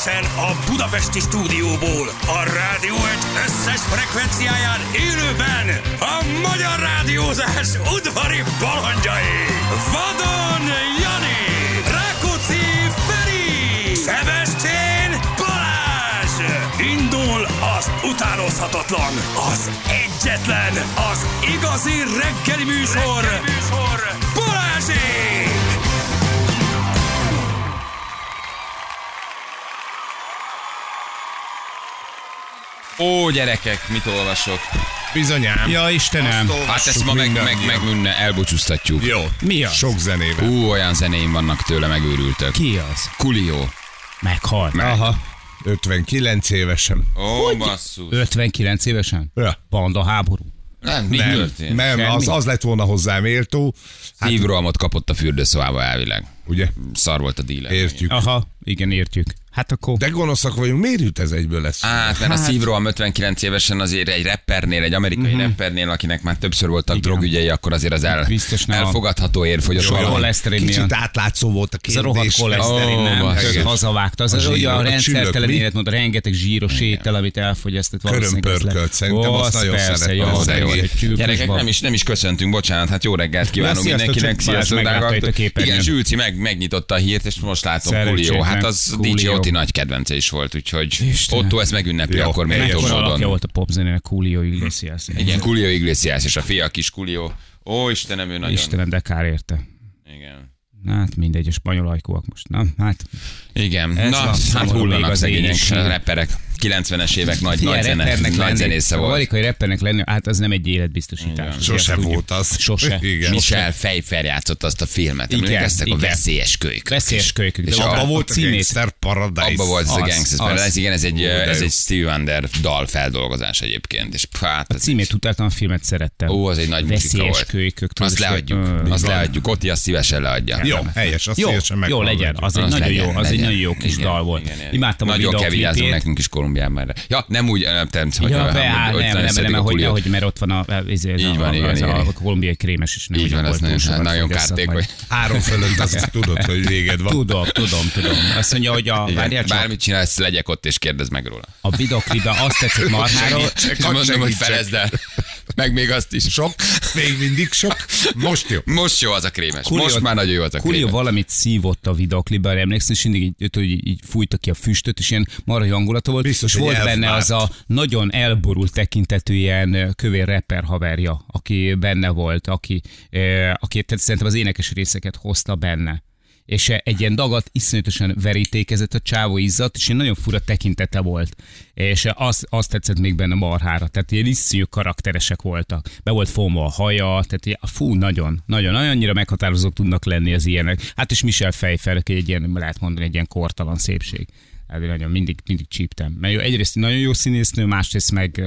Egyenesen a budapesti stúdióból, a rádió egy összes frekvenciáján élőben a magyar rádiózás udvari balandjai. Vadon Jani, Rákóczi Feri, Szebestén Balázs. Indul az utánozhatatlan, az egyetlen, az igazi reggeli műsor, Balázsék! Ó, gyerekek, mit olvasok? Bizonyám. Ja, Istenem. Hát ezt ma meg elbocsúztatjuk. Jó. Mi az? Sok zenével. Olyan zenéim vannak tőle, megőrültök. Ki az? Coolio. Meghalt. Aha. 59 évesen. Ó, basszus. 59 évesen? Ja. Panda háború. Nem, mi történt? Nem, az lett volna hozzá méltó. Hát, Szívrohamot kapott a fürdőszobába elvileg. ugye? Szar volt a díler. Értjük. Aha, igen, értjük. Hát akkor... De gonoszak vagyunk, miért jut ez egyből lesz? Hát, mert a szívroham 59 évesen azért egy rappernél, egy amerikai rappernél, akinek már többször voltak drogügyei, akkor azért az elfogadható érv, hogy a Kicsit átlátszó volt a Ez a rohadt kérdés. koleszterin nem igen. hazavágta. Az olyan rendszertelen életmód, rengeteg zsíros étel, amit elfogyasztott valószínűleg. Körömpörkölt, szerintem azt nagyon szeretem. Gyerekek, nem is köszöntünk, bocsánat, hát jó reggelt kívánunk mindenkinek. Sziasztok, igen, Zsülci megnyitotta a hírt, és most látom Coolio. Hát az DJ Oti nagy kedvence is volt, úgyhogy Otto ezt megünnepli, akkor még jobb Mekkora alakja módon. volt a popzenének, Coolio Iglesias. Igen, Coolio Iglesias és a fia kis Coolio. Ó, Istenem, ő nagyon. Istenem, de kár érte. Igen. Na, hát mindegy, a spanyol ajkúak most. Na, hát... Igen, Ez na, van, hát szomorú hullanak még az szegények, éjség. rapperek. 90-es évek nagy zenésze volt. Amerikai rappernek lenni, hát az nem egy életbiztosítás. Igen. Sose volt az. Sose. Igen. Michel Pfeiffer játszott azt a filmet. Igen, Emlékeztek a igen. Veszélyes kölykök. Veszélyes kölykök. És De Abba a volt a címét. Gangster Paradise. Abba volt ez a Gangsters az. Paradise, igen, ez jó. egy Stevie Wonder dal feldolgozás egyébként. És hát, A címét utáltam, a filmet szerettem. Ó, az egy nagy muzsika Veszélyes volt. kölykök. Azt leadjuk, Oti azt szívesen leadja. Jó, helyes, azt Jó, szívesen jó legyen, az egy nagyon jó, az egy nagyon jó kis dal volt. Imádtam a nagyon kell vigyázzunk videóklipét. nekünk is Kolumbiában erre. Ja, nem úgy, hogy mert ott van a kolumbiai krémes is. Így van, az nagyon kártékony. 3 fölött azt tudod, hogy véged van. Tudom. Azt mondja, hogy bármit csinálsz, legyek ott és kérdezz meg róla. a videóklipben azt tetszett marháról. És mondom, hogy felezd el. Meg még azt is. Sok, még mindig sok. Most jó. Most jó az a krémes. Most már nagyon jó az a krémes. Coolio valamit szívott a videóklipben, emlékszem, és mindig így fújta ki a füstöt, és ilyen marha hangulata volt. Biztos, és hogy volt benne elvárt. az a nagyon elborult tekintetű ilyen kövér rapper haverja, aki benne volt, aki tehát szerintem az énekes részeket hozta benne. És egy ilyen dagat iszonyatosan verítékezett, a csávó izzadt, és ilyen nagyon fura tekintete volt. És azt tetszett még benne marhára, tehát ilyen iszonyú karakteresek voltak. Be volt fomva a haja, tehát ilyen, nagyon annyira meghatározók tudnak lenni az ilyenek. Hát és Michel Pfeiffer, aki egy ilyen, lehet mondani, egy ilyen kortalan szépség. Hát nagyon mindig csíptem. Mert jó, egyrészt nagyon jó színésznő, másrészt meg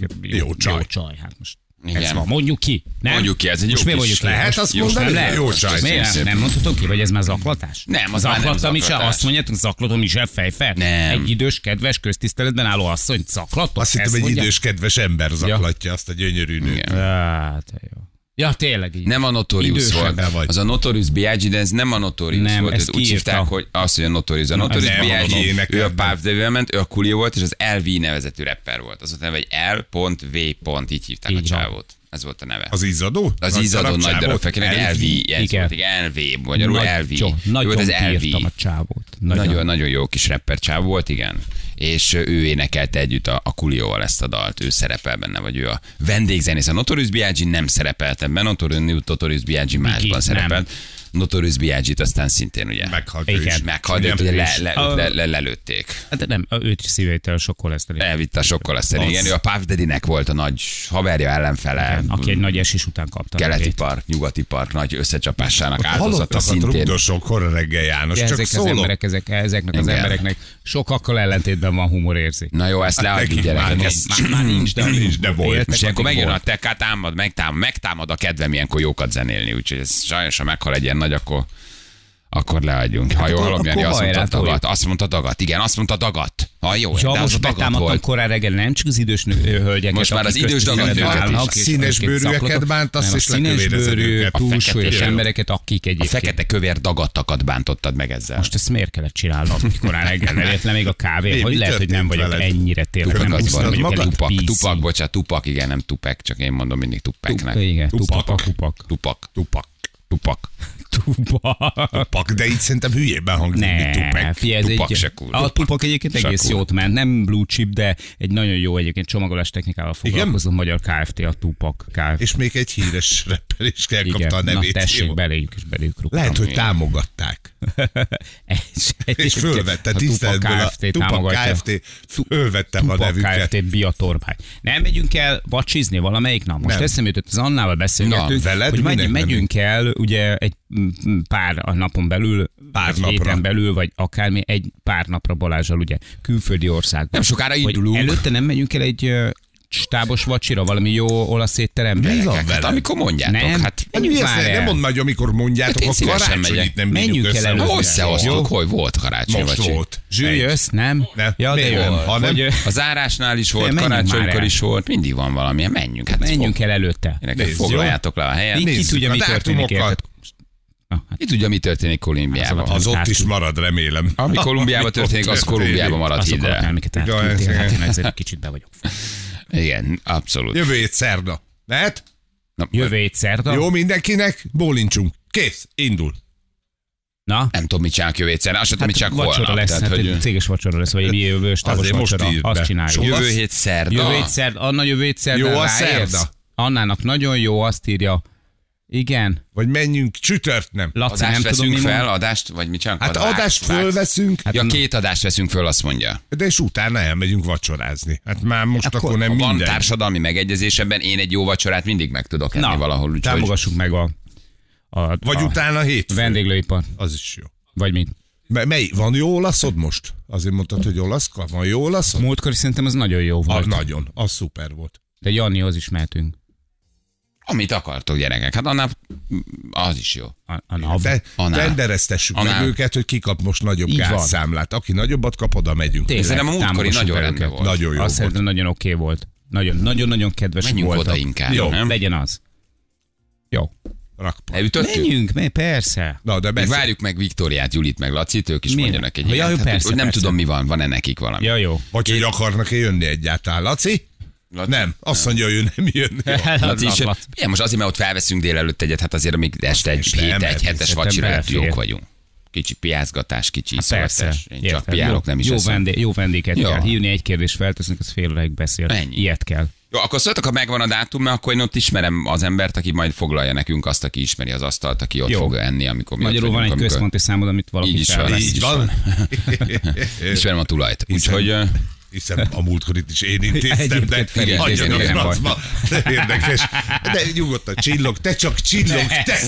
Jó csaj. Hát most Igen. ez van. Mondjuk ki. Nem? Mondjuk ki, ez egy Most jó miért kis... mondjuk ki? Lehet Most azt most mondani? nem lehet. Jó csaj. Miért? Nem mondhatok ki, vagy ez már zaklatás? Nem, az már nem zaklattam is, zaklatás. azt mondjátok, zaklatom Michel Pfeiffer? Nem. Egy idős, kedves, köztiszteletben álló asszony, zaklatom? Azt hittem, Ezt egy mondják? idős, kedves ember zaklatja azt a gyönyörű nőt. Igen. Hát, jó. Ja, tényleg így. Nem a Notorious Idősebben volt. vagy. Az a Notorious B.I.G., de ez nem a Notorious Nem, volt. ezt Úgy kiírta. hívták, hogy azt, hogy a Notorious. A Notorious nem, B.I.G., énekel, ő a nem. Puff Daddy-vel ment, ő a Coolio volt, és az LV nevezetű rapper volt. Az volt a neve, hogy L.V. Így hívták Így a van. csávót. Ez volt a neve. Az izzadó? Az izzadó nagy darab csávó? fekének LV. Ez Igen. volt, LV. Magyarul LV. Ő Nagyon volt az LV. bírtam a csávót. Nagyon jó kis rapper csávó volt, igen. És ő énekelte együtt a Coolioval ezt a dalt, ő szerepel benne, vagy ő a vendégzenész. A Notorious B.I.G. nem szerepelt ebben, Notorious B.I.G. másban nem. szerepelt. Notorious B.I.G.-t aztán szintén ugye Meghalt Igen. ő is. meghalt, őt ugye lelőtték. Hát nem, őt szívétel sok koleszterin. Elvitte a sok koleszterin. Igen, ő a Puff Daddy-nek volt a nagy haverja, ellenfele. Aki egy nagy esés után kapta. Keleti park, nyugati park nagy összecsapásának áldozata Hallottak a szintén. rugdosok, korra reggel János, csak Ezek az szólok. emberek, ezeknek az Igen. embereknek sokakkal ellentétben van humorérzék. Na jó, ezt leadjuk nekik gyerekek. már Ezt- Már nincs, de volt. És ilyenkor addig megjön a volt. TK, megtámad a kedvem ilyenkor jókat zenélni, úgyhogy ez sajnos, ha meghal egy ilyen nagy, akkor leadjunk. Ha jól hallom, Jani, azt mondta dagat. Azt mondta dagat. Igen, azt mondta dagat. Ha jó, ja, de az most betámadtam korán reggel, nem csak az idős hölgyeket. Most már az idős dagat színes bőrűeket bántasz, és lekövérezed túlsúlyos embereket, akik egyébként. A fekete-kövér dagattakat bántottad meg ezzel. Most ezt miért kellett csinálnom korán reggel? Véletlen még a kávé, hogy lehet, hogy nem vagyok ennyire tényleg. Tupak, igen, nem Tupek, csak én mondom mindig Tupeknek. Igen, Tupak, de itt szerintem hülyében hangzik, mint Tupek. Tupak se cool. A Tupak egyébként egész jót ment, nem blue chip, de egy nagyon jó egyébként csomagolás technikával foglalkozó magyar Kft. A Tupak Kft. És még egy híres rapper is elkapta a nevét. Na tessék, beléjük és beléjük rúgtam. Lehet, hogy támogatták. És fölvette tiszteletből a Tupak Kft. Fölvettem a nevüket. Tupak Kft. Biatormány. Nem megyünk el vacsizni valamelyik nap? Most eszembe jutott, az Annával beszélgetünk, hogy megyünk el ugye egy pár napon belül, pár héten belül, vagy akármi, egy pár napra Balázsral, ugye, külföldi országban. Nem sokára indulunk. Előtte nem megyünk el egy stábos vacsira, valami jó olasz étterembe? Mi van vele? Hát amikor mondjátok. Nem, hát nem mondd meg, amikor mondjátok, hát a karácsonyit nem menjünk el előtt. Összehoztuk, hogy volt karácsony most vacsi. volt. Jössz, nem? Ja, de jó. A zárásnál is volt, karácsonykor is volt, mindig van valami. Menjünk. Hát menjünk el előtte. Foglaljátok le a helyet. Ki tudja, mi történik érted? Ki tudja, mi történik Kolumbiában? Az ott is marad, remélem. Ami Kolumbiában történik, az Kolumbiában marad, hidd el. Hát én ezzel kicsit be vagyok. Igen, abszolút. Jövő hét szerda. Lehet? Jövő hét szerda. Jó mindenkinek, bólincsunk. Kész, indul. Na? Nem tudom, mit csinálunk jövő hétszer. Azt sem tudom, mit csinálunk holnap. Vacsora lesz, hát egy céges vacsora lesz, vagy mi stábos vacsora. Azt csináljuk. Jövő hét szerda. Jövő hét szerda. Anna jövő hét szerda. Jó a szerda. Annának nagyon jó, azt írja. Igen. Vagy menjünk csütört, nem. Laci, adást nem veszünk tudom, fel, adást, vagy mit csinálunk? Hát adást fölveszünk. Hát 2 adást veszünk föl, azt mondja. De és utána elmegyünk vacsorázni. Hát már most akkor nem minden. Van társadalmi megegyezés ebben, én egy jó vacsorát mindig meg tudok enni valahol. Úgy, támogassuk meg vagy utána hétfő. Vendéglőipar. Az is jó. Vagy mit? Van jó olaszod most? Azért mondtad, hogy olaszka? Van jó olaszod? Múltkor szerintem az nagyon jó volt. Nagyon, az szuper volt. De Jannihoz is mehetünk. Amit akartok, gyerekek. Hát annál az is jó. Tendereztessük meg őket, hogy ki kap most nagyobb gázszámlát. Aki nagyobbat kap, oda megyünk. Szerintem a múltkori nagyon rendben volt. Nagyon jó azt szerintem nagyon oké volt. Nagyon-nagyon kedves voltak. Menjünk oda inkább. Jó, legyen az. Jó. Menjünk, persze. Na, de várjuk meg Viktóriát, Julit, meg Lacit, ők is mondjanak egy ilyet. Ja, persze, nem tudom, mi van-e nekik valami. Ja, jó. Vagy hogy akarnak-e jönni egyáltalán. Laci? Nem, azt mondja, hogy ő nem jön. Most azért, mert ott felveszünk délelőtt egyet, hát azért még este egy hetes vacsira jók vagyunk. Kicsi piázgatás, kicsi iszolgatás. Én csak piálok, nem is eszem. Jó vendéget kell hívni, egy kérdést feltesznek, az fél óráig beszél. Ilyet kell. Jó, akkor szóltak, ha megvan a dátum, mert akkor én ott ismerem az embert, aki majd foglalja nekünk azt, aki ismeri az asztalt, aki ott fog enni, amikor mi magyarul van egy központi számod, amit valaki felvesz. Így van. Ismerem a tulajt. Úgyhogy... Hiszen a múltkor itt is én intéztem, de hagyjanak francba. Érdekes. De nyugodtan csillog, te csak csillog, te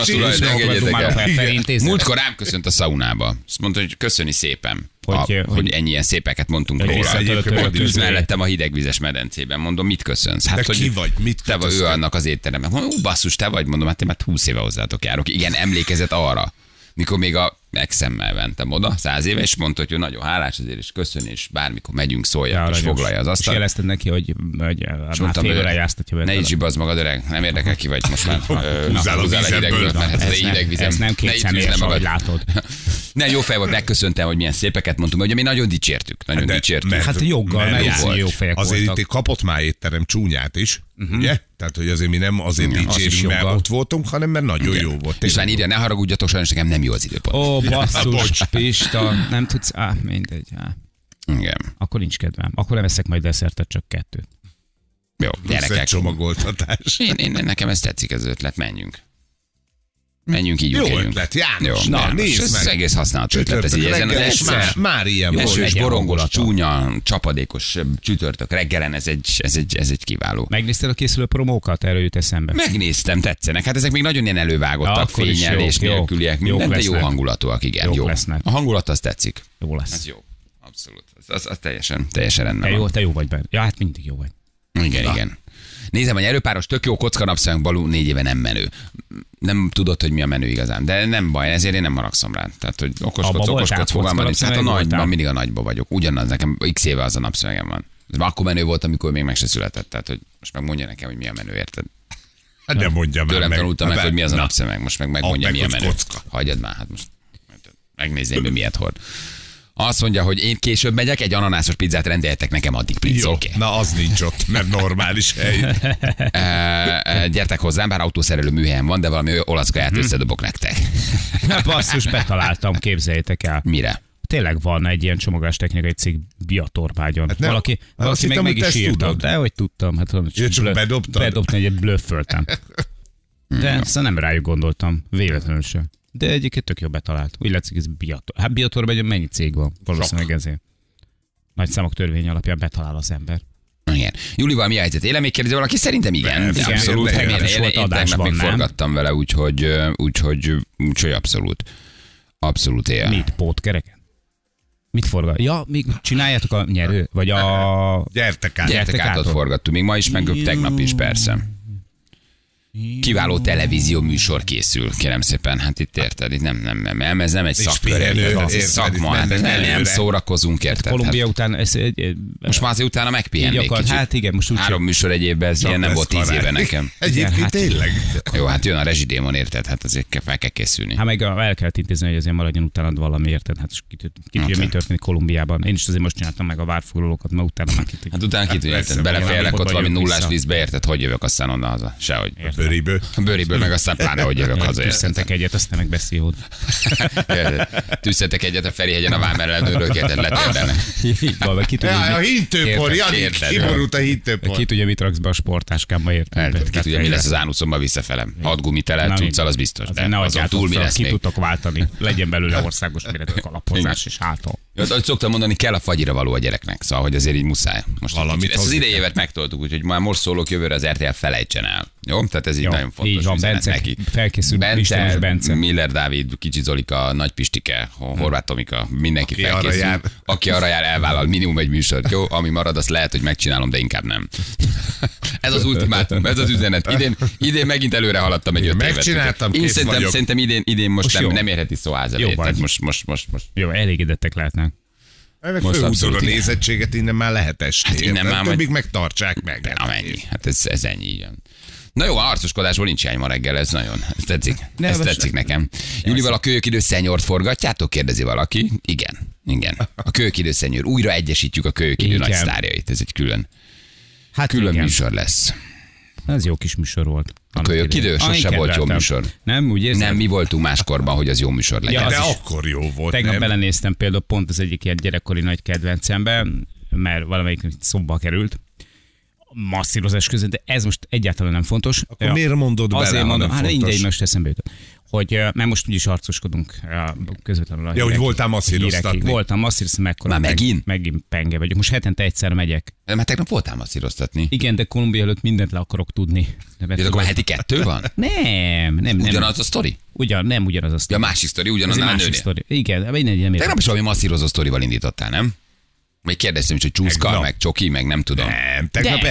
Múltkor rám köszönt a szaunába. Azt mondta, hogy köszöni szépen. Hogy ennyien szépeket mondtunk róla. Ülsz mellettem a hidegvizes medencében. Mondom, mit köszönsz? Hát, de ki vagy? Mit te vagy ő annak az étteremben. Mondom, basszus, te vagy? Mondom, hát én már 20 éve hozzátok járok. Igen, emlékezett arra. Mikor még a exemmel mentem oda, 100 éve, és mondta, hogy ő nagyon hálás azért, és köszön, és bármikor megyünk, szóljak, és foglalja az asztalt. És jelezted neki, hogy már fél óra jársztatja be. Ne is zsibazd magad, öreg, nem érdekel, ki vagy most már. Húzzál a vízemből. Mert ez hidegvizem. Ez nem két személyes, ahogy látod. Ne, jó fej volt, megköszöntem, hogy milyen szépeket mondtunk, ugye mi nagyon dicsértük. Hát joggal, mert jó fejek azért voltak. Itt kapott már étterem csúnyát is, ugye? Tehát, hogy azért mi nem azért dicsérünk, mert ott voltunk, hanem mert nagyon jó volt. És már írja, ne haragudjatok, sajnos nekem nem jó az időpont. Ó, basszus, Pista, nem tudsz, mindegy. Igen. Akkor nincs kedvem. Akkor nem eszek majd desszertet, csak 2. Jó, gyerekek. Csomagoltatás. Nekem ez tetszik, ez ötlet, menjünk. Menjünk így. Jó ötlet, János. Na, nézd meg. Ez egész használat ötlet. Ez így ezen az esős, már ilyen volt. Esős, borongos, csúnya, csapadékos csütörtök reggelen, ez egy kiváló. Megnézted a készülő promókat? Erről jut eszembe. Megnéztem, tetszenek. Hát ezek még nagyon ilyen elővágottak, fényelés nélküliek, minden, de jó hangulatúak, igen. Jó. A hangulat az tetszik. Jó lesz. Ez jó. Abszolút. Az teljesen rendben van. Te jó vagy benne. Ja, hát mindig jó vagy. Igen. Nézem, hogy erőpáros, tök jó kocka napszemek, Balú 4 éve nem menő. Nem tudod, hogy mi a menő igazán, de nem baj, ezért én nem maragszom rá. Tehát, hogy okoskodsz fogalmad nincs. Hát a nagyban, mindig a nagyban vagyok. Ugyanaz, nekem x éve az a napszemegem van. Akkor menő volt, amikor még meg se született. Tehát, hogy most megmondja nekem, hogy mi a menő, érted? Hát nem mondja már tőlem meg. tanultam meg, hogy mi az a napszemeg. Most meg megmondja, mi a menő. Kocka. Hagyjad már, hát most megnézném, hogy miért hord. Azt mondja, hogy én később megyek, egy ananászos pizzát rendeltek nekem addig, Prince, Jó, oké. na az nincs ott, mert normális hely. Gyertek hozzám, bár autószerelő műhelyen van, de valami olasz kaját összedobok nektek. Basszus, betaláltam, képzeljétek el. Mire? Tényleg van egy ilyen csomagástechnikai cég Biatorbágyon. Hát valaki meg is írta. De hogy tudtam. Hát, csak bedobtad? Bedobtam, egyet blöfföltem. De szóval nem rájuk gondoltam. Véletlenül sem. De egyébként tök jó betalált. Úgy látszik, ez Biator. Hát Biatorbágyon mennyi cég van? Valószínűleg ezért. Nagy számok törvény alapján betalál az ember. Igen. Julival mi a helyzet? Éle még kérdezi valaki? Szerintem igen. Abszolút. Én tegnap még forgattam vele, úgyhogy abszolút. Abszolút él. Mit? Pótkereken? Mit forgat? Ja, még csináljátok a nyerő? Vagy a... Gyertek át forgattunk. Még ma is, meg tegnap is, persze. Kiváló televízió műsor készül, kérem szépen. Hát itt érted, itt nem ez nem egy szakkör, ez egy szakma, hát nem szórakozunk, érted? Kolumbia után... Most már azért utána megpihennék kicsit. Hát igen, most úgy 3 műsor egy évben, ez ilyen nem volt 10 éve nekem. Egyébként tényleg. Jó, hát jön a rezsidémon, érted? Hát azért fel kell készülni. Hát meg el kellett intézni, hogy azért maradjon utánad valami, érted? Hát ki mi történik Kolumbiában. Én is azért most csináltam meg a várfoglalókat, mert utána már kitűnik. Hát utána kitűnik, belefejlek ott valami nullás vízbe, érted? Hogy jövök aztán onnan haza? Sehogy. Bőriből, meg aztán pláne, hogy jövök haza. Tűzszentek egyet, aztán meg beszélod. Tűzszentek egyet a Ferihegyen a Vámerelőről, érted? Letérdenek. A hintőpor, Jani, kiborult a hintőpor. Ki tudja, mit raksz be a sportáskámba, érted? Ki tudja, mi lesz az ánuszomban visszafelem. 6 gumitele, cuccal, az biztos. De azon túl mi lesz még. Ki tudtok váltani. Legyen belőle országos méretű kalapozás és hátal. Ahogy szoktam mondani, kell a fagyira való a gyereknek, szóval, hogy azért így muszáj. Most ezt az idejévet megtoltuk, úgyhogy már most szólok jövőre az RTL felejtsen el. Jó? Tehát ez így nagyon fontos. Így van, Bence, felkészül Bence. Miller Dávid, Kicsi Zolika, Nagy Pistike, Horváth Tomika, mindenki felkészül. Aki arra jár, elvállal minimum egy műsort. Jó, ami marad, azt lehet, hogy megcsinálom, de inkább nem. Ez az ultimátum, ez az üzenet. Idén megint előre haladtam egy 5 évet. Megcsináltam, kész vagyok. Szerintem idén most nem érheti szó házelét. Most. Jó, elégedettek lehetnek. Főúszol a nézettséget, innen már lehet esni. Hát innen már többig megtartsák meg. De amennyi. Hát ez ennyi, igen. Na jó, a harcoskodásból nincs hiány ma reggel, ez nagyon. Ez tetszik. Ez tetszik nekem. Julival a Kölyökidő szennyort forgatjátok? Kérdezi valaki. Igen. A Kölyökidő szennyőr. Újra egyesítjük a Kölyökidő nagy sztárjait. Ez egy külön műsor lesz. Ez jó kis műsor volt. A Kölyökidő sose volt jó műsor. Nem, úgy érzem? Nem, mi voltunk máskorban, hogy az jó műsor legyen. Ja, de akkor jó volt. Tegnap belenéztem például pont az egyik ilyen gyerekkori nagy kedvencembe, mert valamelyik szóba került. Masszírozás között, de ez most egyáltalán nem fontos. Akkor miért mondod bele, azért mondom, hát így most eszembe jutott. Hogy mert most úgyis harcoskodunk közvetlenül a hogy voltál masszíroztatni. Voltam masszíroztatni, mekkora. Már megint? Megint penge vagyok. Most hetente egyszer megyek. De már tegnap voltál masszíroztatni. Igen, de Kolumbia előtt mindent le akarok tudni. De akkor már heti 2 van? Nem. Ugyanaz a sztori? Nem ugyanaz a sztori. Ja, másik sztori, ugyanannál a nőnél. Igen, de nem tegnap is valami masszírozó sztorival indítottál, nem? Még kérdeztem is, hogy csúszka, meg csoki, meg nem tudom. Nem, tegnap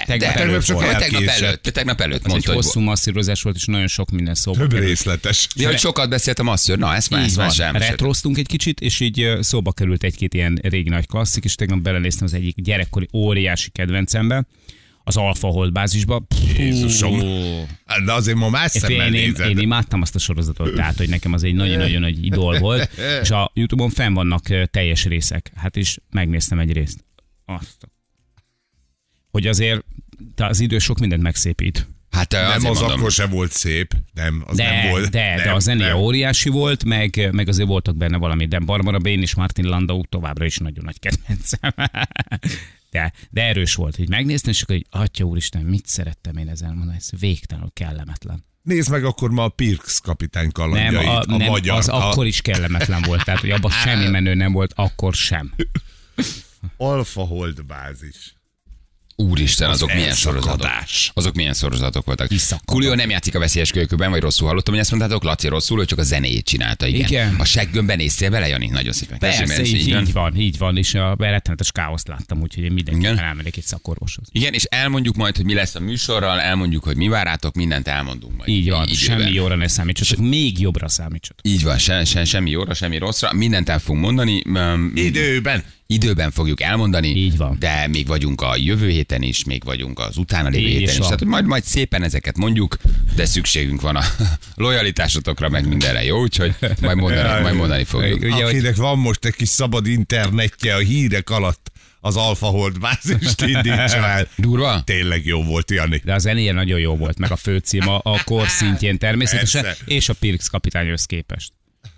előtt mondta, hogy hosszú masszírozás volt, és nagyon sok minden szóba került. Több részletes. Ja, hogy sokat beszélt a masszőr, na ezt már sem. Retroztunk egy kicsit, és így szóba került egy-két ilyen régi nagy klasszik, és tegnap belenéztem az egyik gyerekkori óriási kedvencembe, az Alfa Hold bázisba. Jézusom. De azért ma más szemmel nézed. Én imádtam azt a sorozatot, tehát hogy nekem az egy nagyon-nagyon nagy idol volt, és a YouTube-on fenn vannak teljes részek. Hát is megnéztem egy részt. Hogy azért az idő sok mindent megszépít. Hát nem az mondom. Akkor sem volt szép. Nem, az nem volt. De a zenéje óriási volt, meg azért voltak benne valami. De Barbara Bain és Martin Landau továbbra is nagyon nagy kedvencem. De erős volt, hogy megnéztem, és akkor hogy atya úristen, mit szerettem én ezzel mondani, ez végtelenül kellemetlen. Nézd meg akkor ma a Pirx kapitány kalandjait, a magyar. Az akkor is kellemetlen volt, tehát hogy abban semmi menő nem volt, akkor sem. Alfa Hold bázis. Úristen, azok milyen sorozatok. Azok milyen sorozatok voltak. Coolio nem játszik a veszélyes kölykőben, vagy rosszul hallottam, hogy ezt mondtátok, Laci rosszul, hogy csak a zenéjét csinálta. Igen. A seggömben néztél bele, Jani? Nagyon szépen. Persze, így van, és a rettenetes káoszt láttam, úgyhogy én mindenképpen elmennék egy szakorvoshoz. Igen, és elmondjuk majd, hogy mi lesz a műsorral, elmondjuk, hogy mi várátok, mindent elmondunk majd. Így van, semmi jóra ne számítsatok, még jobbra számítsatok. Így van, semmi jóra, semmi rosszra, mindent el fogunk mondani. Időben fogjuk elmondani, így van. De még vagyunk a jövő héten is, még vagyunk az utána lévő héten is. Tehát majd szépen ezeket mondjuk, de szükségünk van a lojalitásotokra, meg mindenre, jó? Úgyhogy majd mondani fogjuk. Akinek van most egy kis szabad internetje a hírek alatt, az AlphaHold bázist indítsa el. Durva? Tényleg jó volt, Jani. De a zenéje nagyon jó volt, meg a főcím a kor szintjén természetesen, és a Pirx kapitányhoz képest.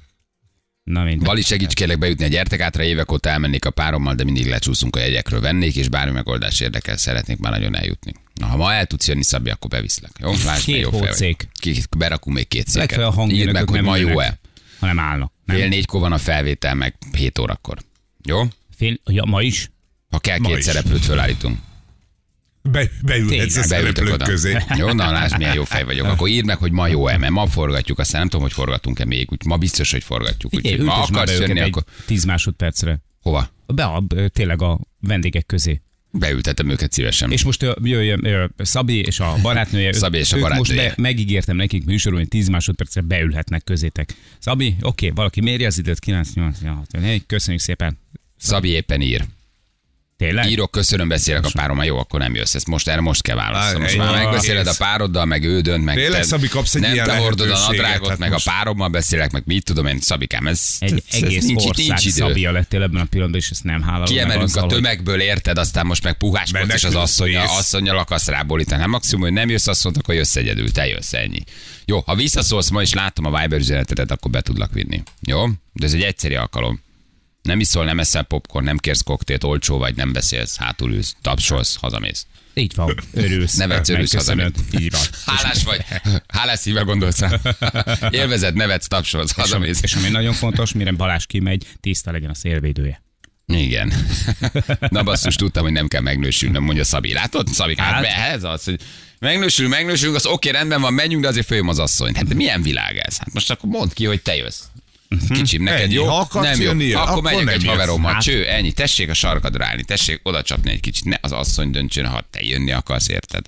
Vali, segíts kérlek bejutni a Gyertekátra, évek óta elmennék a párommal, de mindig lecsúszunk a jegyekről, vennék, és bármi megoldás érdekel, szeretnék már nagyon eljutni. Na, ha ma el tudsz jönni, Szabi, akkor beviszlek. Jó? Lásd, 2 hócék. Berakunk még 2 széket. Írd meg, hogy ma jó-e. Hanem állnak. 3:30 van a felvétel, meg 7 órakor. Jó? Ma is? Ha kell, 2 szereplőt fölállítunk. Beülhetsz a szereplők közé. Jó, na lásd, milyen jó fej vagyok. Akkor írd meg, hogy ma jó-e, mert ma forgatjuk, aztán nem tudom, hogy forgatunk-e még, úgy ma biztos, hogy forgatjuk. Úgyhogy ma akarsz jönni, akkor... 10 másodpercre. Hova? Tényleg a vendégek közé. Beültetem őket szívesen. És most jöjjön Szabi és a barátnője. Szabi és a barátnője. Most megígértem nekik műsorban, hogy 10 másodpercre beülhetnek közétek. Szabi, oké, valaki mérje az időt, 9-8-6. Köszönjük szépen. Szabi éppen ír. Tényleg? Írok, köszönöm, beszélek a párommal, jó, akkor nem jössz. Erre most kell válaszolni. Most már megbeszéled a pároddal, meg ő dönt, meg tényleg, Szabi, kapsz egy nem ilyen te hordod a nadrágot, hát meg most... a párommal beszélek, meg mit tudom én, Szabikám, ez egész ország Szabia lettél ebben a pillanatban, és ezt nem hálálom. Kiemelünk a tömegből, érted, aztán most meg puháskodsz, és az asszonnyal akarsz rábólítani. Hát maximum, hogy nem jössz, azt mondta, akkor jössz egyedül, te jössz, ennyi. Jó, ha visszaszólsz ma, és látom a Viber üzenetedet, akkor be tudlak vinni. Jó? De ez egy egyszeri alkalom. Nem iszol, nem eszel popcorn, nem kérsz koktélt, olcsó vagy, nem beszélsz, hátul ülsz, tapsolsz, hazamész. Így van, örülsz. Nevetsz, örülsz, hazamész. Így van. Hálás vagy, hálás szívvel gondolsz rá. Élvezed, nevetsz, tapsolsz, hazamész. És ami nagyon fontos, mire Balázs kimegy, tiszta legyen a szélvédője. Igen. Na basszus, tudtam, hogy nem kell megnősülnöm, mondja Szabi. Látod, Szabi, hát ez az, hogy megnősülünk, az oké, rendben van, menjünk, de azért följön az asszony. Hát milyen világ ez? Hát most akkor mondd ki, hogy te jössz. Kicsim, neked jó? Nem jó. Jönni, akkor megyek egy haverommal. Cső, ennyi. Tessék a sarkadra állni, tessék oda csapni egy kicsit. Ne az asszony döntsön, ha te jönni akarsz, érted?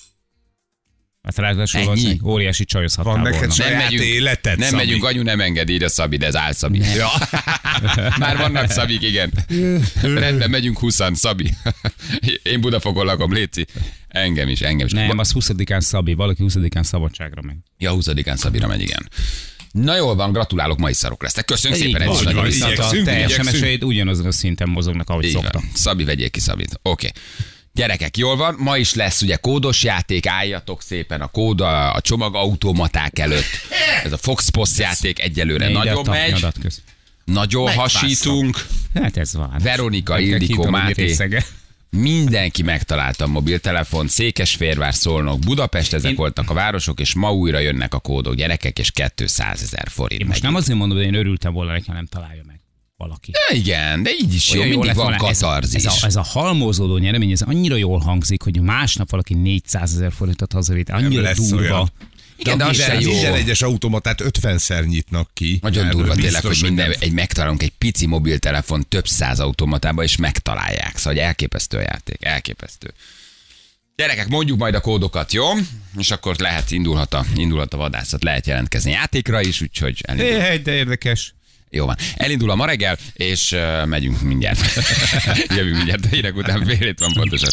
Hát ráadásul az óriási csajozhattál volna. Van neked saját életed, nem megyünk, anyu nem enged, írja Szabi, de ez áll Szabi. Ja. Már vannak Szabik, igen. Rendben, megyünk 20-an, Szabi. Én Budafogon lakom, léci. Engem is. Nem, az 20-án Szabi, valaki 20-án szabadságra megy. Ja, 20-án Szabira megy, igen. Na jól van, gratulálok, mai szarok lesznek. Köszönjük szépen, egy nagyon te SMS-eid ugyanazon a szinten mozognak, ahogy szoktak. Szabi, vegyél ki Szabit. Oké. Gyerekek, jól van, ma is lesz ugye kódos játék, álljatok szépen a kód a csomagautomaták előtt. Ez a Fox Post játék egyelőre nagyon megy. Nagyon hasítunk. Hát ez van. Veronika, Ildikó, Máté. Mindenki megtalálta a mobiltelefon, Székesfehérvár, Szolnok, Budapest, ezek voltak a városok, és ma újra jönnek a kódok, gyerekek, és 200 000 forint. Én most nem azért mondom, hogy én örültem volna, hogyha nem találja meg valaki. De igen, de így is jó, mindig van katarzis. Ez a halmozódó nyeremény, ez annyira jól hangzik, hogy másnap valaki 400 000 forintot hazavitt, annyira durva. Igen, de minden egyes automatát 50-szer nyitnak ki. Nagyon durva tényleg, hogy megtalálunk egy pici mobiltelefon több száz automatába, és megtalálják. Szóval elképesztő a játék, elképesztő. Gyerekek, mondjuk majd a kódokat, jó? És akkor indulhat a vadászat, lehet jelentkezni játékra is, úgyhogy elindul. De érdekes. Jó van. Elindul a ma reggel, és megyünk mindjárt. Jövünk mindjárt, a hírek után fél hét van pontosan.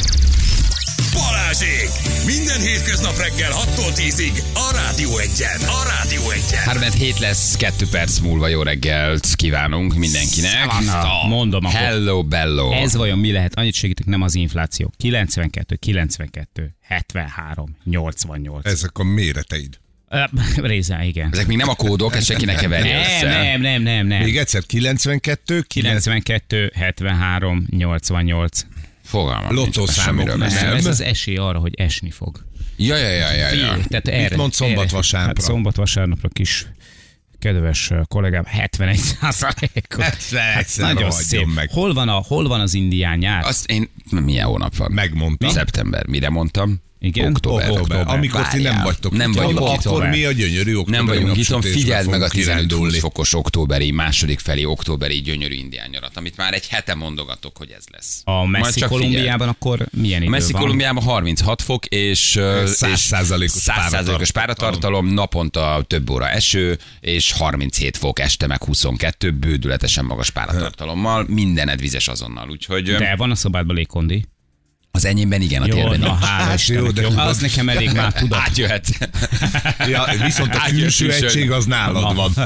Balázsék! Minden hétköznap reggel 6-tól 10-ig a Rádió 1-en. A Rádió 1-en. 3-7 lesz, 2 perc múlva jó reggelt kívánunk mindenkinek. Mondom akkor. Hello, bello. Ez vajon mi lehet? Annyit segítek, nem az infláció. 92, 73, 88. Ezek a méreteid. Részen, igen. Ezek még nem a kódok, ezt senki ne keverje össze. Nem. Még egyszer, 92, 73, 88. Fogalmam. Lottószámok. Ez az esély arra, hogy esni fog. Ja. Tehát erre, mit mond szombat-vasárnapra? Hát szombat-vasárnapra kedves kollégám, 71%-ot. Nagyon szép. Meg. Hol van az indián nyár? Azt én, milyen hónap van? Megmondtam. Szeptember. Mire mondtam? Igen? Október. Amikor ti nem vagytok. Nem vagyunk akkor mi a gyönyörű októberi. Nem vagyunk itthon. Figyeld meg a 15-20 fokos októberi, második felé októberi gyönyörű indián nyarat, amit már egy hete mondogatok, hogy ez lesz. A Messzi-Kolumbiában akkor milyen idő van? A Messzi-Kolumbiában 36 fok és 100%-os páratartalom, naponta több óra eső, és 37 fok, este meg 22, bődületesen magas páratartalommal, mindened vizes azonnal, úgyhogy... De van a szobádban légkondi? Az enyémben igen, a térben nincs. Hát, jó, de az nekem elég már tudat. Átjöhet. Ja, viszont a külső egység az nálad van.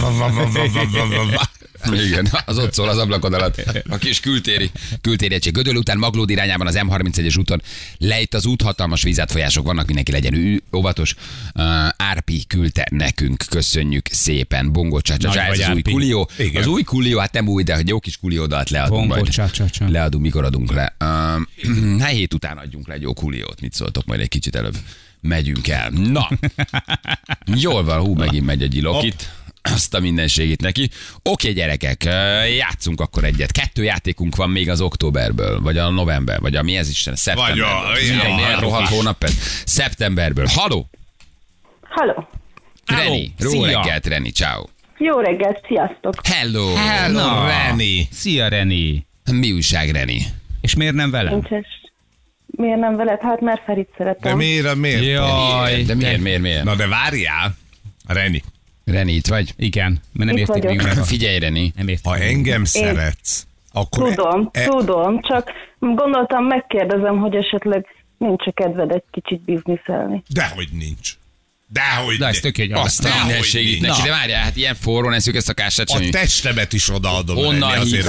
Igen, az ott szól az ablakod alatt. A kis kültéri egység. Gödöllő után Maglód irányában az M31-es úton lejt az út, hatalmas vízátfolyások vannak, mindenki legyen óvatos. Árpi küldte nekünk, köszönjük szépen. Bongó csácsa, ez az új kulió. Az új kulió, hát nem új, de egy jó kis kuliódat leadunk majd. Leadunk, mikor adunk le. Hét után adjunk le egy jó kuliót. Mit szóltok, majd egy kicsit előbb megyünk el. Na, jól van, megint megy a gyilokit. Azt a mindenségét neki. Oké, gyerekek, játszunk akkor egyet. 2 játékunk van még az októberből, vagy a november, vagy a mi ez Isten, szeptemberből. Milyen rohadt hónap ez? Szeptemberből. Haló! Halló! Reni, jó reggelt, Reni, ciao. Jó reggelt, sziasztok! Hello! Hello, Reni! Szia, Reni! Mi újság, Reni? És miért nem velem? Nincs. Miért nem veled? Hát mert Ferit szeretem. De miért? Jaj, de miért? Na de várjál, Reni. Reni, itt vagy? Igen, mert nem érték még meg. Figyelj, Reni. Ha engem szeretsz, akkor... Tudom, csak gondoltam, megkérdezem, hogy esetleg nincs a kedved egy kicsit bizniszelni. Dehogy nincs. De ez tök egy azt a mindenségét neki. De várjál, hát ilyen forrón eszük ezt a kássát semmi. A testemet is odaadom. Honnan hívsz?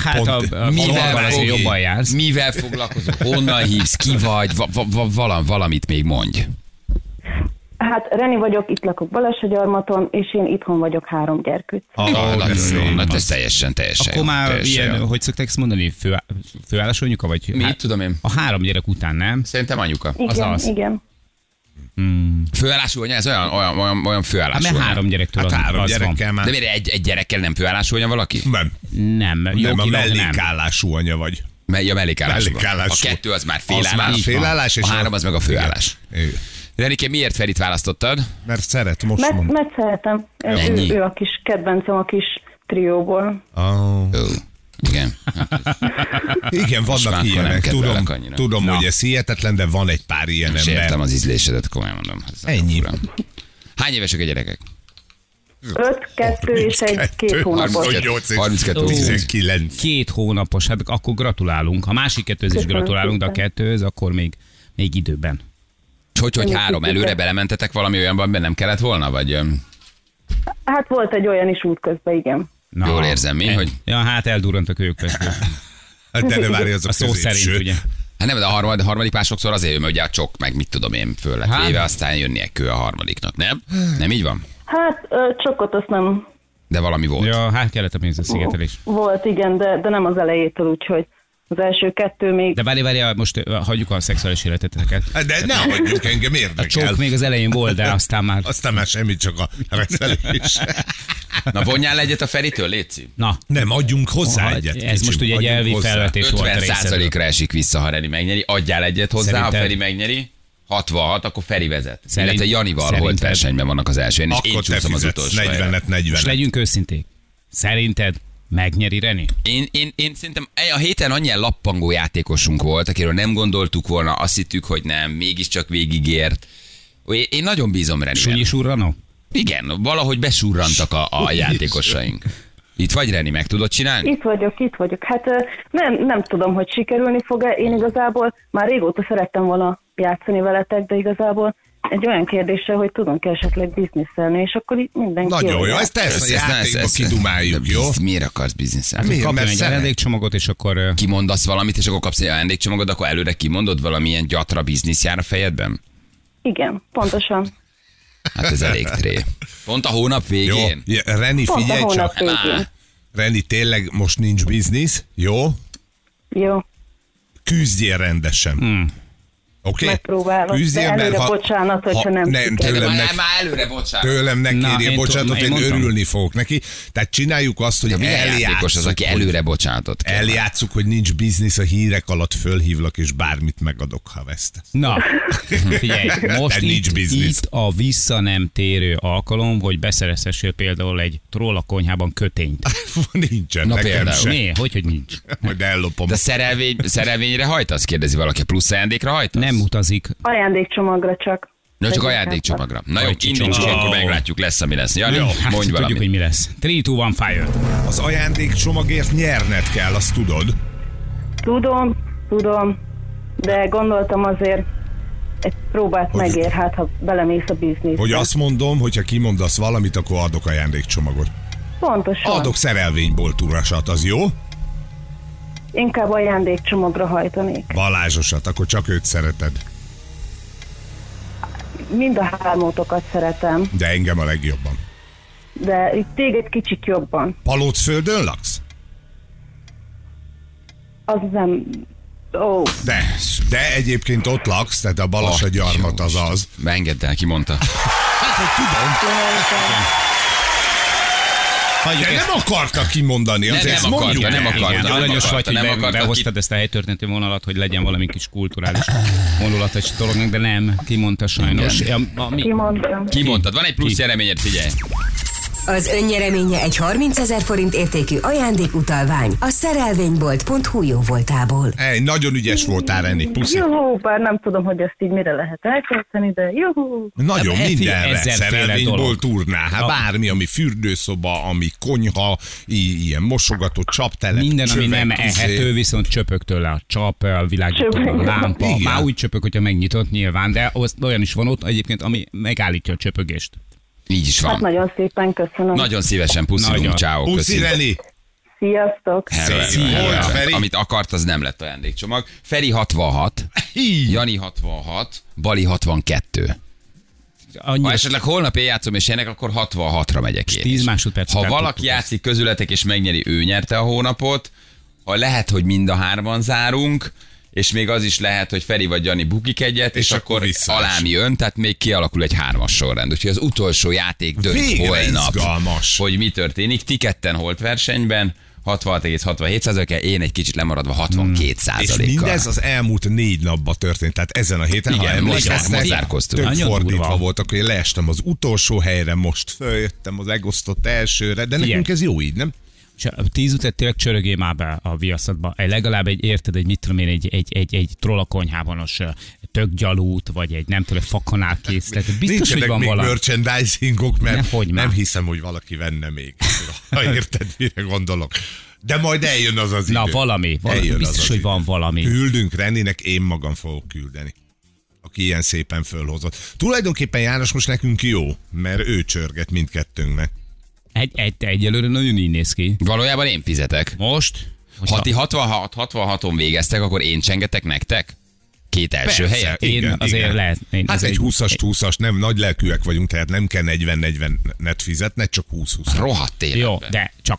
Hát mivel foglalkozol? Honnan hívsz? Ki vagy? Valamit még mondj. Hát Reni vagyok, itt lakok Balázs-Gyarmaton, és én itthon vagyok 3 gyerkőt. Ez teljesen. Akkor már ilyen, hogy szokták ezt mondani, főállás anyuka? Vagy mit tudom én? A 3 gyerek után, nem? Szerintem anyuka. Igen. Főállású anya, ez olyan főállású anya. Mert 3 gyerektől hát 3 gyerekkel már. De miért egy gyerekkel nem főállású anya valaki? Nem, a mellékállású anya vagy. Ja, mellékállású. A 2 az már félállás, és a 3 az meg a főállás. Renike, miért Ferit választottad? Mert szeret, mert szeretem. Ő a kis kedvencem a kis trióból. Igen. Igen, vannak ilyenek. Tudom, hogy ez hihetetlen, de van egy pár ilyen ember. Értem az ízlésedet, komolyan mondom. Ennyi. Hány évesek a gyerekek? 5, 2 és 2 hónapos. 32, 19. 2 hónapos, hát akkor gratulálunk. A másik 2-höz is gratulálunk, de a 2-höz akkor még időben. Hogy 3 előre belementetek valami olyanban, nem kellett volna, vagy? Hát volt egy olyan is útközben, igen. Na, jól érzem, mi? Hogy... Ja, hát eldurrantak ők közül. De ne várj, azok a szó szerint, ugye. Hát nem, de a harmadik már sokszor azért jön, mert ugye a csok, meg mit tudom én, föl lett véve, aztán jönnie kő a harmadiknak, nem? Nem így van? Hát csokot azt nem... De valami volt. Ja, hát kellett a pénzeszigetelés. Volt, igen, de nem az elejétől, úgyhogy az első 2 még... De várj, most hagyjuk a szexuális életeteket. De ne hagyjuk, engem érdekel. A csók még az elején volt, de aztán már... Aztán már semmit, csak a reszelés. Na vonjál egyet a Feritől, Léci? Na. Nem, adjunk hozzá egyet. Ez most ugye egy elvi felvetés volt a részedről. 50%-ra esik vissza, ha Reni megnyeri. Adjál egyet hozzá, Szerinted? ha Feri megnyeri. 66, akkor Feri vezet. Illetve Janival volt versenyben vannak az elsőn, és én csúszom az utolsó. 40-40. Most legyünk őszinték. Szerinted megnyeri Reni? Én szerintem a héten annyian lappangó játékosunk volt, akiről nem gondoltuk volna, azt hittük, hogy nem, mégiscsak végigért. Én nagyon bízom Reniben. Sunyi surranó? Igen, valahogy besurrantak a játékosaink. Itt vagy, Reni, meg tudod csinálni? Itt vagyok. Hát nem tudom, hogy sikerülni fog-e. Én igazából már régóta szerettem volna játszani veletek, de igazából egy olyan kérdésre, hogy tudunk esetleg bizniszelni, és akkor itt mindenki... Nagyon jó, ezt persze játékba kidumáljuk, jó? Miért akarsz bizniszelni? Kapjon egy ajándékcsomagot, és akkor... Kimondasz valamit, és akkor kapsz egy ajándékcsomagot, akkor előre kimondod valamilyen gyatra biznisz jár a fejedben? Igen, pontosan. Hát ez elég tré. Pont a hónap végén? Jó, Reni, figyelj csak. Reni, tényleg most nincs biznisz, jó? Jó. Küzdjél rendesen. Okay. Megpróbálom. Üzzél, de előre bocsánat, hogyha nem Már előre bocsánat. Tőlem ne kérjél bocsánatot, én örülni fogok neki. Tehát csináljuk azt, hogy eljátszuk. Az, aki előre bocsánatot kér. Eljátszuk, hogy nincs biznisz, a hírek alatt fölhívlak, és bármit megadok, ha vesztesz. Na, figyelj, most itt a vissza nem térő alkalom, hogy beszerezhessél például egy troll a konyhában kötényt. Nincsen, nekem sem. Mi? Hogy nincs? Majd ellopom. De szerelvényre hajtasz? Kérdezi valaki. Plusz ajándékra hajtasz? Nem utazik. Ajándékcsomagra csak. Na, csak ajándékcsomagra. Na jó, indítsuk, akkor meglátjuk, lesz, ami lesz. Ja, jó, mondj valamit. Tudjuk, hogy mi lesz. 3, 2, 1, fire. Az ajándékcsomagért nyerned kell, azt tudod? Tudom, de gondoltam azért egy próbát megér, hát ha belemész a bizniszbe. Hogy azt mondom, hogyha kimondasz valamit, akkor adok ajándékcsomagot. Pontosan. Adok szerelvényboltúrasat, az jó? Inkább ajándékcsomagra hajtanék. Balázsosat, akkor csak őt szereted. Mind a hármótokat szeretem. De engem a legjobban. De itt téged kicsit jobban. Palócföldön laksz? Az nem... Ó. De egyébként ott laksz, tehát a Balassagyarmat az az. Engedd el, ki mondta. Hát, hogy tudom. De nem akartak kimondani, azért nem akarta. Aranyos vagy, hogy behoztad ezt a helytörténeti vonalat, hogy legyen valami kis kulturális vonulat egy dolognak, de nem, kimondta sajnos. Kimondtad, van egy plusz nyereményed, figyelj. Az önnyereménye egy 30 000 forint értékű ajándékutalvány a szerelvénybolt.hu jóvoltából. Nagyon ügyes voltál, Reni. Puszi. Jó, bár nem tudom, hogy ezt így mire lehet elkölteni, de jó. Nagyon mindenre. Szerelvénybolt turnál. Hát bármi, ami fürdőszoba, ami konyha, ilyen mosogató csaptelep. Minden, ami nem ehető, viszont csöpögtől a csap, a világító, a lámpa. Igen. Már úgy csöpög, hogyha megnyitott nyilván, de olyan is van ott egyébként, ami megállítja a csöpögést. Így is van. Hát nagyon szépen köszönöm. Nagyon szívesen puszilunk, ciao. Puszi, Reni. Sziasztok. Hello. Amit akart, az nem lett ajándékcsomag. Feri 66, Jani 66, Bali 62. Ha esetleg holnap én játszom és ennek, akkor 66-ra megyek én. 10 másodperc. Ha valaki játszik közületek és megnyeri, ő nyerte a hónapot. Ha lehet, hogy mind a hárman zárunk, és még az is lehet, hogy Feri vagy Jani bukik egyet, és akkor alám jön, tehát még kialakul egy 3-as sorrend. Úgyhogy az utolsó játék dönt holnap, hogy mi történik. Ti ketten holt versenyben, 66,67%-kal, én egy kicsit lemaradva 62%-kal. És mindez az elmúlt 4 napban történt, tehát ezen a héten, igen, ha emlékeztek, tök fordítva volt, akkor én leestem az utolsó helyre, most följöttem az egosztott elsőre, de nekünk ez jó így, nem? És a 10 után tényleg csörögé már be a viaszatba. Legalább érted, egy mit tudom én, egy troll a konyhábanos tökgyalút, vagy egy nem tudom, fakanál készlet. Biztos, nincsenek hogy van még valami. Merchandisingok, mert nem hiszem, hogy valaki venne még. Ha érted, mire gondolok. De majd eljön az idő. Na valami biztos, hogy van valami. Küldünk Reninek, én magam fogok küldeni. Aki ilyen szépen fölhozott. Tulajdonképpen János most nekünk jó, mert ő csörget mindkettőnknek. Egyelőre nagyon így néz ki. Valójában én fizetek. Most? Ha ti 66-on végeztek, akkor én csengetek nektek? 2 első helyet? Én azért lehet. Hát egy 20-as, nem nagy lelkűek vagyunk, tehát nem kell 40-40-net fizetned, csak 20-20. Rohadt életbe. Jó, de csak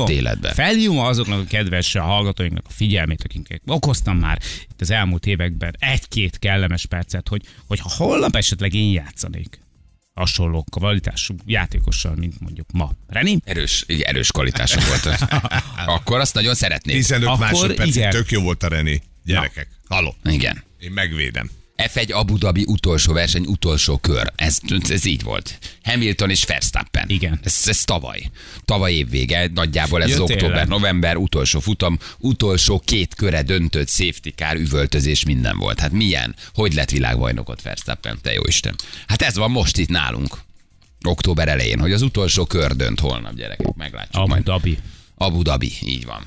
felhívom azoknak a kedves hallgatóinknak a figyelmét, akiknek okoztam már itt az elmúlt években 1-2 kellemes percet, hogy ha holnap esetleg én játszanék hasonló kvalitású játékossal, mint mondjuk ma. Reni? Erős kvalitású volt. Akkor azt nagyon szeretném. 15 másodpercig tök jó volt a Reni. Gyerekek, halló. Igen. Én megvédem. F1 Abu Dhabi utolsó verseny, utolsó kör. Ez így volt. Hamilton és Verstappen. Igen. Ez tavaly. Tavaly évvége, nagyjából ez október-november, utolsó futam, utolsó 2 köre döntött safety car, üvöltözés, minden volt. Hát milyen? Hogy lett világbajnokot Verstappen? Te jó Isten. Hát ez van most itt nálunk. Október elején, hogy az utolsó kör dönt holnap, gyerekek. Meglátjuk Abu majd. Dhabi. Abu Dhabi, így van.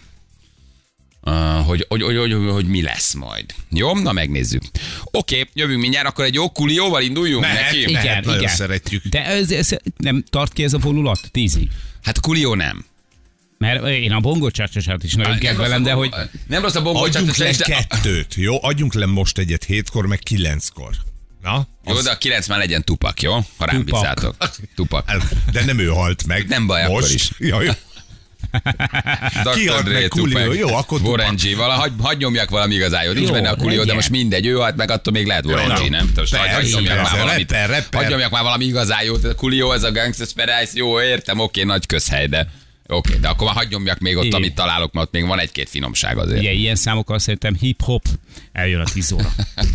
Hogy mi lesz majd. Jó, na megnézzük. Oké, jövünk mindjárt, akkor egy jó kulióval induljunk neki. Igen, nagyon szeretjük. De ez nem tart ki ez a vonulat 10-ig? Hát kulió nem. Mert én a bongócsácsosát is nagyon kedvelem, de hogy... Nem rossz a bongócsácsosát. Adjunk le 2-t, jó? Adjunk le most egyet 7-kor, meg 9-kor. Na? Jó, de a 9 már legyen Tupak, jó? Ha rám bízzátok. Tupak. De nem ő halt meg. Nem baj, most. akkor is. Jaj. Dr. Dre, Tupac, jó, akkor Warren G. Hagy nyomjak valami igazán jó. Nincs benne a Coolio, de most mindegy, ő halt meg, attól még lehet Warren G, nem? Hagy nyomjak már valami igazán jó. Coolio, ez a Gangsta's Paradise, jó, értem, oké, nagy közhely, de oké, de akkor már hadd nyomjak még ott, amit találok, mert ott még van egy-két finomság azért. Igen, ilyen számokkal szerintem hip-hop eljön a 10 óra.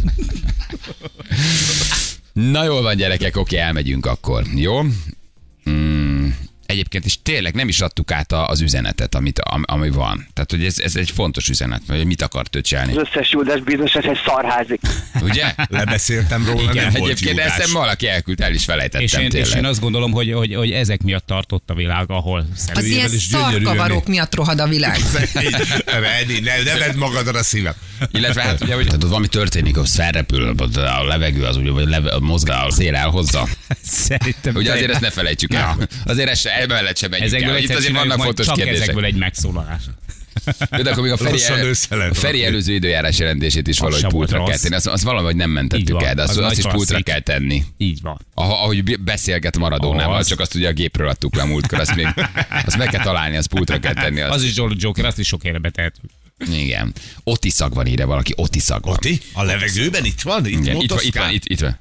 Na jól van, gyerekek, oké, elmegyünk akkor. Jó? Egyébként is tényleg nem is adtuk át az üzenetet, ami van. Tehát, hogy ez egy fontos üzenet, hogy mit akart ő csinálni. Az összes Judas bizonyos, egy szarházik. Ugye? Lebeszéltem róla, igen, nem volt egyébként ezt valaki elküldte, el is felejtettem. És én azt gondolom, hogy ezek miatt tartott a világ, ahol az ilyen szarkavarok miatt rohad a világ. Ne vedd magadra a szívem. Illetve hát ugye, hogy valami történik, hogy felrepül, a levegő az úgy, vagy mozgál, a szél elhozza. Szerintem. Ugye azért ezt ne felejtsük el. Azért ezt emellett sem menjünk el. Itt azért vannak fontos csak kérdések. Ezekből egy megszólalás. De akkor még a Feri előző időjárás jelentését is valahogy pultra kell tenni. Azt valahogy nem mentettük el, de azt is pultra kell tenni. Így van. Ahogy beszélget Maradónával, csak azt ugye a gépről adtuk le múltkor, azt meg kell találni, azt pultra kell tenni. Az is Joker, azt is sok helyre betehetünk. Igen. Oti szag van írja valaki, Oti szag van. Oti? A levegőben itt van? Itt van.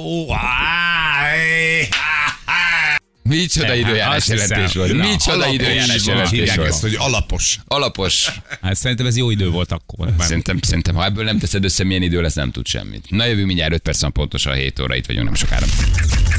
Micsoda időjárás jelentés volt. Micsoda időjárás jelentés volt. Hogy alapos. Alapos. Hát szerintem ez jó idő volt akkor. Szerintem, ha ebből nem teszed össze, milyen idő lesz, nem tud semmit. Na jövő mindjárt 5 perc pontosan 7 óra, itt vagyunk nem sokára.